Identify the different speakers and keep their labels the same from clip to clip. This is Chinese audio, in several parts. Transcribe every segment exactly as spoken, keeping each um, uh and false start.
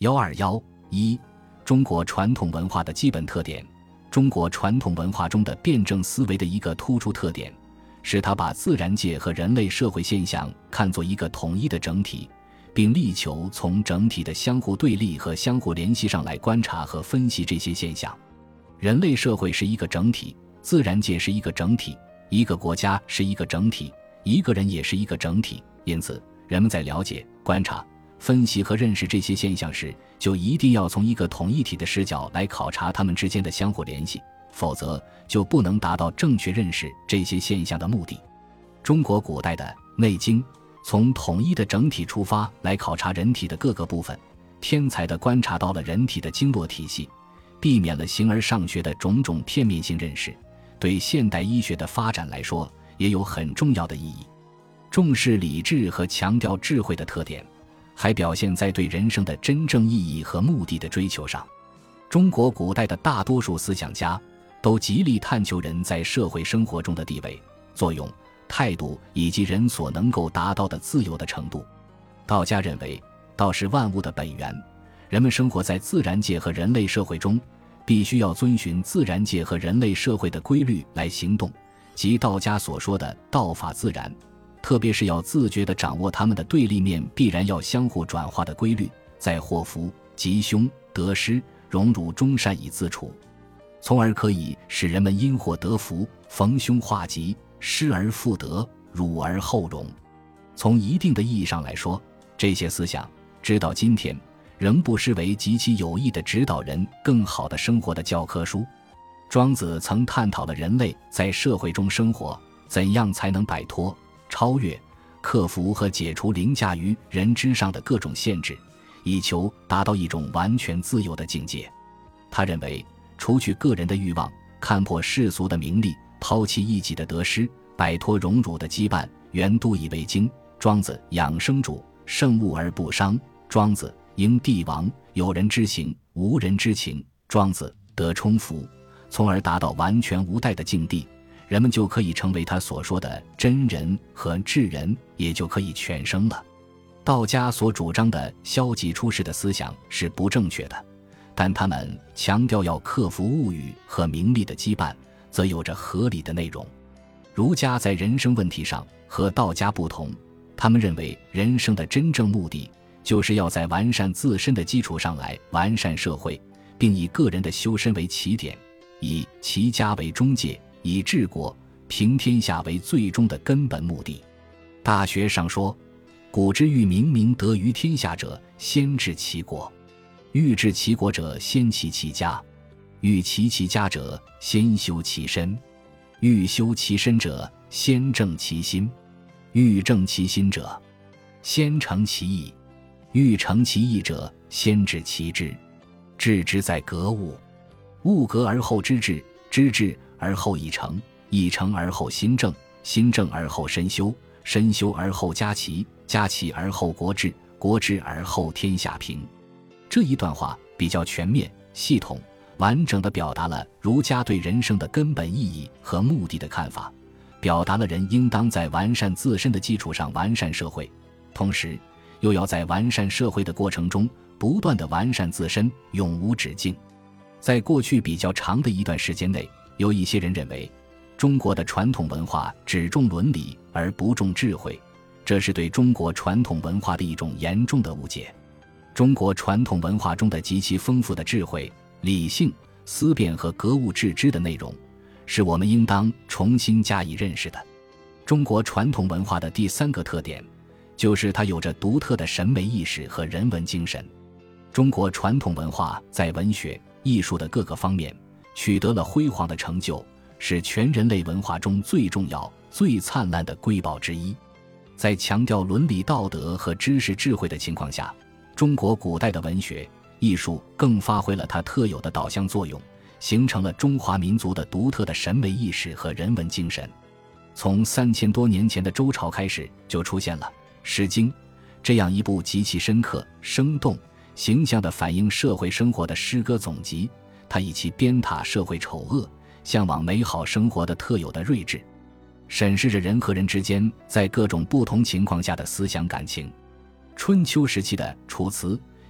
Speaker 1: 一二一一中国传统文化的基本特点。中国传统文化中的辩证思维的一个突出特点，是它把自然界和人类社会现象看作一个统一的整体，并力求从整体的相互对立和相互联系上来观察和分析这些现象。人类社会是一个整体，自然界是一个整体，一个国家是一个整体，一个人也是一个整体。因此，人们在了解、观察、分析和认识这些现象时，就一定要从一个统一体的视角来考察它们之间的相互联系，否则就不能达到正确认识这些现象的目的。中国古代的《内经》从统一的整体出发来考察人体的各个部分，天才地观察到了人体的经络体系，避免了形而上学的种种片面性认识，对现代医学的发展来说也有很重要的意义。重视理智和强调智慧的特点，还表现在对人生的真正意义和目的的追求上。中国古代的大多数思想家都极力探求人在社会生活中的地位、作用、态度以及人所能够达到的自由的程度。道家认为，道是万物的本源，人们生活在自然界和人类社会中，必须要遵循自然界和人类社会的规律来行动，即道家所说的道法自然，特别是要自觉地掌握它们的对立面必然要相互转化的规律，在祸福、吉凶、得失、荣辱中善以自处，从而可以使人们因祸得福，逢凶化吉，失而复得，辱而后荣。从一定的意义上来说，这些思想直到今天仍不失为极其有益的指导人更好的生活的教科书。庄子曾探讨了人类在社会中生活怎样才能摆脱、超越、克服和解除凌驾于人之上的各种限制，以求达到一种完全自由的境界。他认为，除去个人的欲望，看破世俗的名利，抛弃一己的得失，摆脱荣辱的羁绊，原都以为经。庄子养生主，圣物而不伤。庄子应帝王，有人之行，无人之情。庄子得充福，从而达到完全无待的境地，人们就可以成为他所说的真人和智人，也就可以全生了。道家所主张的消极出世的思想是不正确的，但他们强调要克服物欲和名利的羁绊，则有着合理的内容。儒家在人生问题上和道家不同，他们认为人生的真正目的就是要在完善自身的基础上来完善社会，并以个人的修身为起点，以齐家为中介，以治国平天下为最终的根本目的。大学上说，古之欲明明德于天下者，先治其国；欲治其国者，先齐其家；欲齐其家者，先修其身；欲修其身者，先正其心；欲正其心者，先诚其意；欲诚其意者，先治其志。治之在格物，物格而后知至，知至而后意诚，意诚而后心正，心正而后身修，身修而后家齐，家齐而后国治，国治而后天下平。这一段话比较全面、系统、完整地表达了儒家对人生的根本意义和目的的看法，表达了人应当在完善自身的基础上完善社会，同时又要在完善社会的过程中不断地完善自身，永无止境。在过去比较长的一段时间内，有一些人认为中国的传统文化只重伦理而不重智慧，这是对中国传统文化的一种严重的误解。中国传统文化中的极其丰富的智慧、理性、思辨和格物致知的内容，是我们应当重新加以认识的。中国传统文化的第三个特点，就是它有着独特的审美意识和人文精神。中国传统文化在文学、艺术的各个方面取得了辉煌的成就，是全人类文化中最重要、最灿烂的瑰宝之一。在强调伦理道德和知识智慧的情况下，中国古代的文学、艺术更发挥了它特有的导向作用，形成了中华民族的独特的审美意识和人文精神。从三千多年前的周朝开始，就出现了《诗经》这样一部极其深刻、生动、形象地反映社会生活的诗歌总集，它以其鞭挞社会丑恶、向往美好生活的特有的睿智，审视着人和人之间在各种不同情况下的思想感情。春秋时期的《楚辞》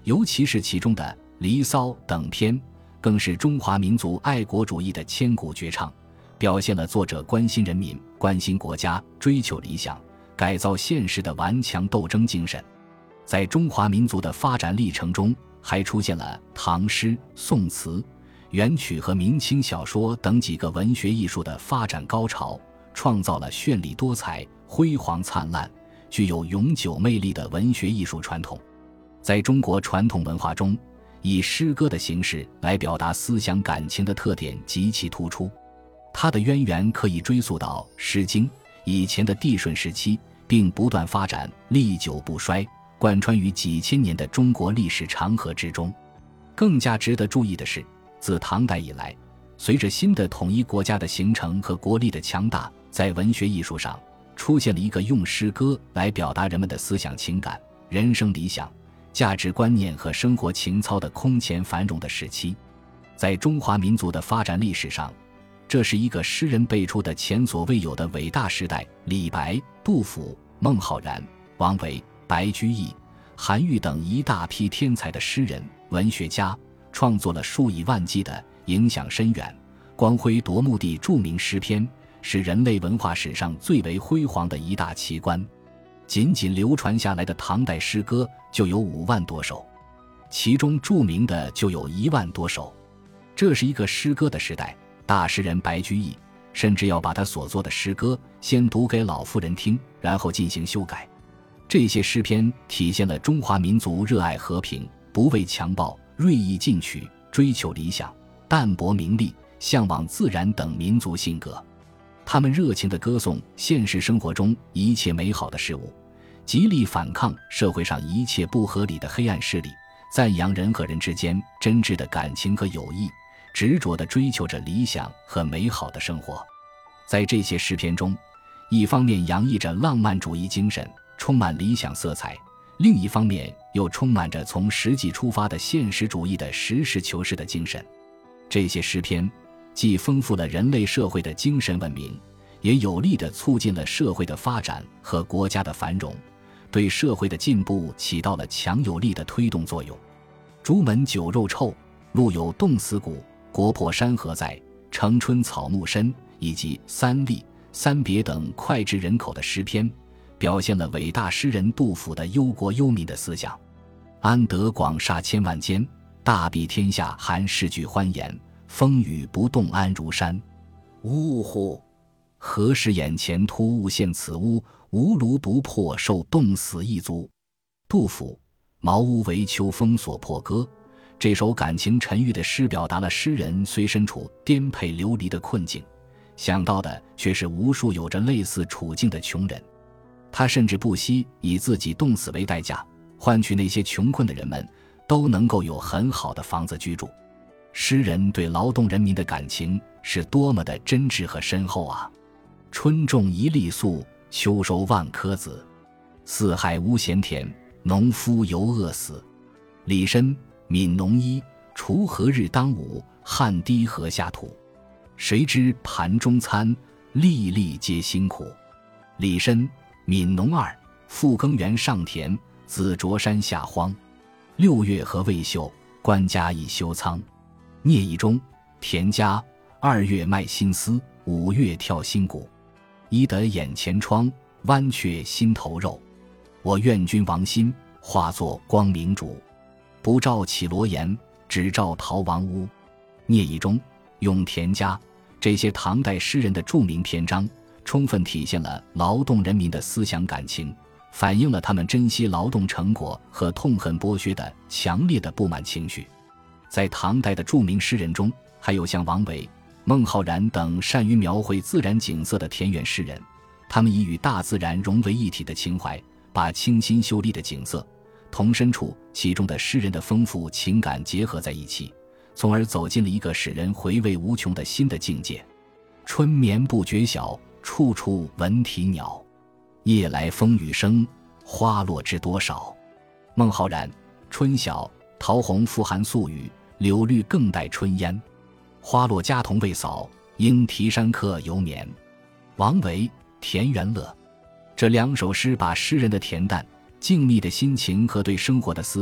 Speaker 1: 尤其是其中的《离骚》等篇，更是中华民族爱国主义的千古绝唱，表现了作者关心人民、关心国家、追求理想、改造现实的顽强斗争精神。在中华民族的发展历程中，还出现了唐诗、宋词、元曲和明清小说等几个文学艺术的发展高潮，创造了绚丽多彩、辉煌灿烂、具有永久魅力的文学艺术传统。在中国传统文化中，以诗歌的形式来表达思想感情的特点极其突出，它的渊源可以追溯到《诗经》以前的帝舜时期，并不断发展，历久不衰，贯穿于几千年的中国历史长河之中。更加值得注意的是，自唐代以来，随着新的统一国家的形成和国力的强大，在文学艺术上出现了一个用诗歌来表达人们的思想情感、人生理想、价值观念和生活情操的空前繁荣的时期。在中华民族的发展历史上，这是一个诗人辈出的前所未有的伟大时代。李白、杜甫、孟浩然、王维、白居易、韩愈等一大批天才的诗人、文学家，创作了数以万计的影响深远、光辉夺目的著名诗篇，是人类文化史上最为辉煌的一大奇观。仅仅流传下来的唐代诗歌就有五万多首，其中著名的就有一万多首。这是一个诗歌的时代，大诗人白居易甚至要把他所作的诗歌先读给老妇人听，然后进行修改。这些诗篇体现了中华民族热爱和平、不畏强暴、锐意进取、追求理想、淡泊名利、向往自然等民族性格。他们热情地歌颂现实生活中一切美好的事物，极力反抗社会上一切不合理的黑暗势力，赞扬人和人之间真挚的感情和友谊，执着地追求着理想和美好的生活。在这些诗篇中，一方面洋溢着浪漫主义精神，充满理想色彩，另一方面又充满着从实际出发的现实主义的实事求是的精神。这些诗篇既丰富了人类社会的精神文明，也有力地促进了社会的发展和国家的繁荣，对社会的进步起到了强有力的推动作用。朱门酒肉臭，路有冻死骨，国破山河在，城春草木深，以及三吏、三别等脍炙人口的诗篇，表现了伟大诗人杜甫的忧国忧民的思想。安得广厦千万间，大庇天下寒士俱欢颜，风雨不动安如山。呜呼！何时眼前突兀现此屋，无炉不破受冻死一族。杜甫《茅屋为秋风所破歌》这首感情沉郁的诗，表达了诗人虽身处颠沛流离的困境，想到的却是无数有着类似处境的穷人。他甚至不惜以自己冻死为代价，换取那些穷困的人们都能够有很好的房子居住。诗人对劳动人民的感情是多么的真挚和深厚啊！春种一粒粟，秋收万颗子。四海无闲田，农夫犹饿死。李绅、悯农衣，锄禾日当午，汗滴禾下土。谁知盘中餐，粒粒皆辛苦。李绅、悯农二，复耕园上田，子着山下荒。六月禾未秀，官家已修仓。聂夷中，田家，二月卖新丝，五月跳新谷。一得眼前窗，弯却心头肉。我愿君王心，化作光明烛。不照绮罗颜，只照逃亡屋。聂夷中、咏田家这些唐代诗人的著名篇章，充分体现了劳动人民的思想感情，反映了他们珍惜劳动成果和痛恨剥削的强烈的不满情绪。在唐代的著名诗人中，还有像王维、孟浩然等善于描绘自然景色的田园诗人，他们以与大自然融为一体的情怀，把清新秀丽的景色同身处其中的诗人的丰富情感结合在一起，从而走进了一个使人回味无穷的新的境界。春眠不觉晓，处处闻啼鸟。夜来风雨声，花落知多少。孟浩然，春晓，桃红复含宿雨，柳绿更带春烟。花落家童未扫，应啼山客犹眠。王维，田园乐。这两首诗把诗人的恬淡静谧的心情和对生活的思索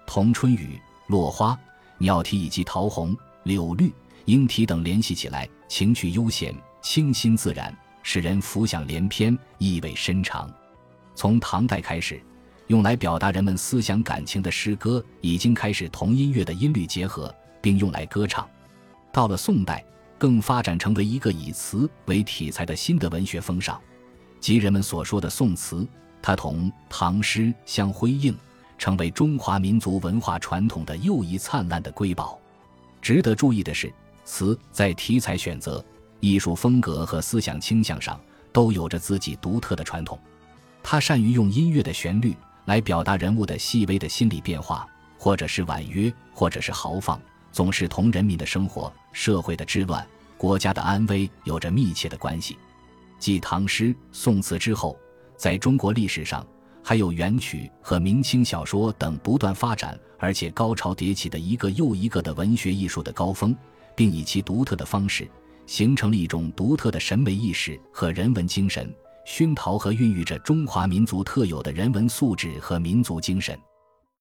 Speaker 1: 同春雨、落花、鸟啼以及桃红、柳绿、莺啼等联系起来，情趣悠闲，清新自然，使人浮想联翩，意味深长。从唐代开始，用来表达人们思想感情的诗歌已经开始同音乐的音律结合，并用来歌唱。到了宋代，更发展成为一个以词为题材的新的文学风尚，即人们所说的宋词。它同唐诗相辉映，成为中华民族文化传统的又一灿烂的瑰宝。值得注意的是，词在题材选择、艺术风格和思想倾向上都有着自己独特的传统。它善于用音乐的旋律来表达人物的细微的心理变化，或者是婉约，或者是豪放，总是同人民的生活、社会的治乱、国家的安危有着密切的关系。继唐诗、宋词之后，在中国历史上还有元曲和明清小说等不断发展而且高潮迭起的一个又一个的文学艺术的高峰，并以其独特的方式形成了一种独特的审美意识和人文精神，熏陶和孕育着中华民族特有的人文素质和民族精神。